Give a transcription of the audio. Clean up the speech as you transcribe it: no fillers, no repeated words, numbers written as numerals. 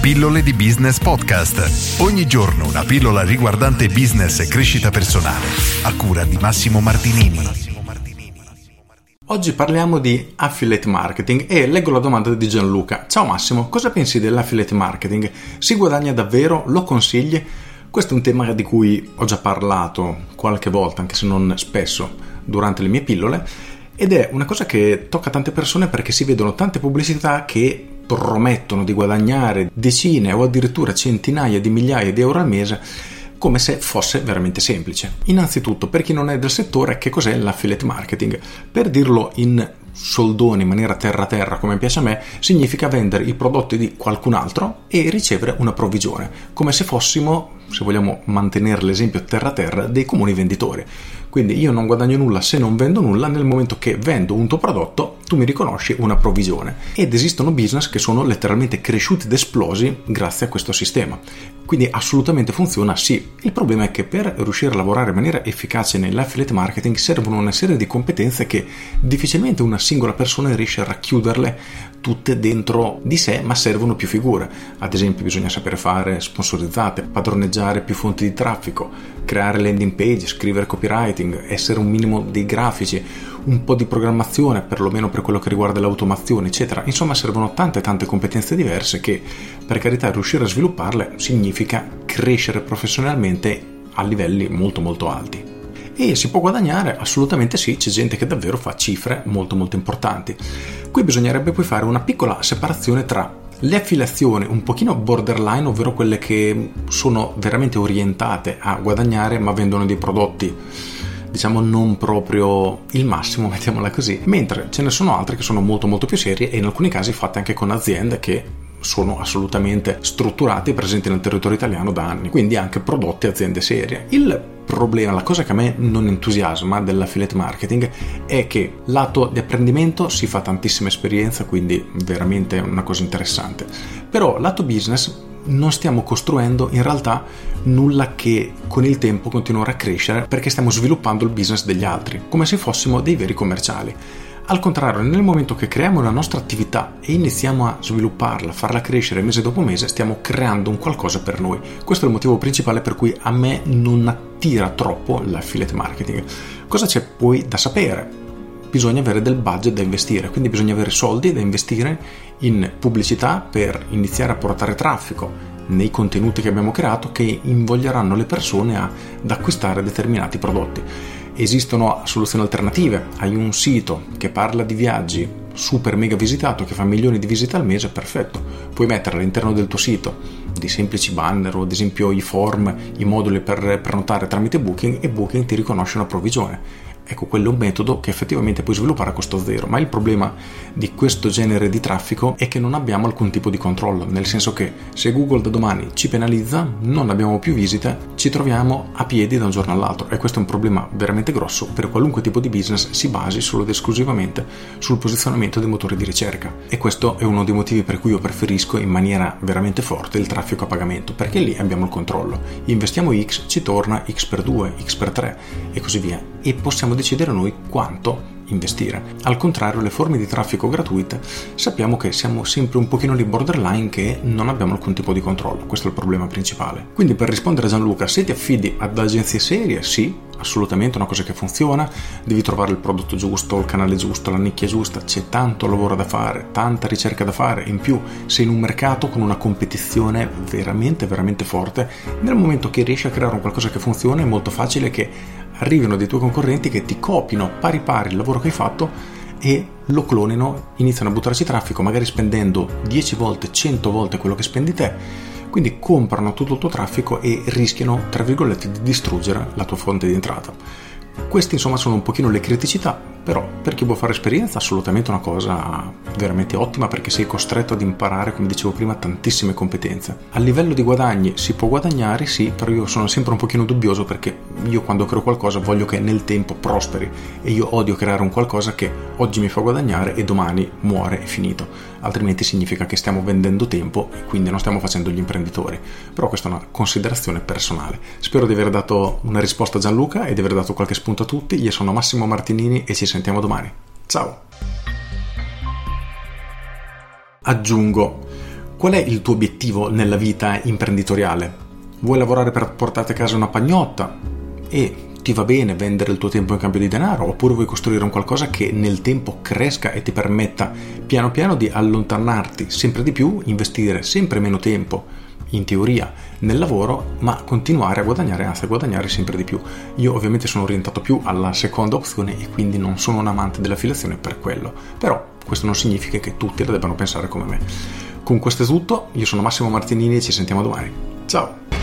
Pillole di Business Podcast. Ogni giorno una pillola riguardante business e crescita personale. A cura di Massimo Martinini. Oggi parliamo di affiliate marketing e leggo la domanda di Gianluca. Ciao Massimo, cosa pensi dell'affiliate marketing? Si guadagna davvero? Lo consigli? Questo è un tema di cui ho già parlato qualche volta, anche se non spesso, durante le mie pillole, ed è una cosa che tocca tante persone perché si vedono tante pubblicità che promettono di guadagnare decine o addirittura centinaia di migliaia di euro al mese come se fosse veramente semplice. Innanzitutto, per chi non è del settore, che cos'è l'affiliate marketing? Per dirlo in soldoni, in maniera terra come piace a me, significa vendere i prodotti di qualcun altro e ricevere una provvigione, come se fossimo, se vogliamo mantenere l'esempio terra, dei comuni venditori. Quindi io non guadagno nulla se non vendo nulla, nel momento che vendo un tuo prodotto tu mi riconosci una provvigione. Ed esistono business che sono letteralmente cresciuti ed esplosi grazie a questo sistema. Quindi assolutamente funziona, sì. Il problema è che per riuscire a lavorare in maniera efficace nell'affiliate marketing servono una serie di competenze che difficilmente una singola persona riesce a racchiuderle tutte dentro di sé, ma servono più figure. Ad esempio bisogna sapere fare sponsorizzate, padroneggiare più fonti di traffico, creare landing page, scrivere copywriting, essere un minimo dei grafici, un po' di programmazione, perlomeno per quello che riguarda l'automazione, eccetera. Insomma, servono tante competenze diverse che, per carità, riuscire a svilupparle significa crescere professionalmente a livelli molto alti. E si può guadagnare? Assolutamente sì, c'è gente che davvero fa cifre molto importanti. Qui bisognerebbe poi fare una piccola separazione tra le affiliazioni un pochino borderline, ovvero quelle che sono veramente orientate a guadagnare ma vendono dei prodotti diciamo non proprio il massimo, mettiamola così, mentre ce ne sono altre che sono molto più serie e in alcuni casi fatte anche con aziende che sono assolutamente strutturate e presenti nel territorio italiano da anni, quindi anche prodotti aziende serie. Il problema, la cosa che a me non entusiasma dell'affiliate marketing è che lato di apprendimento si fa tantissima esperienza, quindi veramente una cosa interessante, però lato business non stiamo costruendo in realtà nulla che con il tempo continuerà a crescere perché stiamo sviluppando il business degli altri come se fossimo dei veri commerciali. Al contrario, nel momento che creiamo la nostra attività e iniziamo a svilupparla, farla crescere mese dopo mese, stiamo creando un qualcosa per noi. Questo è il motivo principale per cui a me non attira troppo l'affiliate marketing. Cosa c'è poi da sapere? Bisogna avere del budget da investire, quindi bisogna avere soldi da investire in pubblicità per iniziare a portare traffico nei contenuti che abbiamo creato che invoglieranno le persone ad acquistare determinati prodotti. Esistono soluzioni alternative, hai un sito che parla di viaggi super mega visitato che fa milioni di visite al mese, perfetto, puoi mettere all'interno del tuo sito dei semplici banner o ad esempio i form, i moduli per prenotare tramite Booking e Booking ti riconosce una provvigione. Ecco, quello è un metodo che effettivamente puoi sviluppare a costo zero, ma il problema di questo genere di traffico è che non abbiamo alcun tipo di controllo, nel senso che se Google da domani ci penalizza, non abbiamo più visite, ci troviamo a piedi da un giorno all'altro e questo è un problema veramente grosso per qualunque tipo di business si basi solo ed esclusivamente sul posizionamento dei motori di ricerca, e questo è uno dei motivi per cui io preferisco in maniera veramente forte il traffico a pagamento, perché lì abbiamo il controllo, investiamo X, ci torna X per 2, X per 3 e così via, e possiamo decidere noi quanto investire. Al contrario, le forme di traffico gratuite sappiamo che siamo sempre un pochino lì borderline, che non abbiamo alcun tipo di controllo. Questo è il problema principale. Quindi, per rispondere a Gianluca, se ti affidi ad agenzie serie, sì, assolutamente una cosa che funziona, devi trovare il prodotto giusto, il canale giusto, la nicchia giusta, c'è tanto lavoro da fare, tanta ricerca da fare, in più sei in un mercato con una competizione veramente forte. Nel momento che riesci a creare un qualcosa che funziona è molto facile che arrivino dei tuoi concorrenti che ti copino pari il lavoro che hai fatto e lo clonino, iniziano a buttarci traffico magari spendendo 10 volte, 100 volte quello che spendi te, quindi comprano tutto il tuo traffico e rischiano, tra virgolette, di distruggere la tua fonte di entrata. Queste insomma sono un pochino le criticità, però per chi vuole fare esperienza assolutamente una cosa veramente ottima, perché sei costretto ad imparare, come dicevo prima, tantissime competenze. A livello di guadagni si può guadagnare, sì, però io sono sempre un pochino dubbioso, perché io quando creo qualcosa voglio che nel tempo prosperi e io odio creare un qualcosa che oggi mi fa guadagnare e domani muore e finito, altrimenti significa che stiamo vendendo tempo e quindi non stiamo facendo gli imprenditori. Però questa è una considerazione personale. Spero di aver dato una risposta a Gianluca e di aver dato qualche spunto a tutti. Io sono Massimo Martinini e ci sentiamo domani. Ciao! Aggiungo, qual è il tuo obiettivo nella vita imprenditoriale? Vuoi lavorare per portarti a casa una pagnotta e ti va bene vendere il tuo tempo in cambio di denaro, oppure vuoi costruire un qualcosa che nel tempo cresca e ti permetta piano piano di allontanarti sempre di più, investire sempre meno tempo in teoria nel lavoro, ma continuare a guadagnare, anzi a guadagnare sempre di più. Io ovviamente sono orientato più alla seconda opzione e quindi non sono un amante dell'affiliazione per quello, però questo non significa che tutti la debbano pensare come me. Con questo è tutto, io sono Massimo Martinini e ci sentiamo domani. Ciao!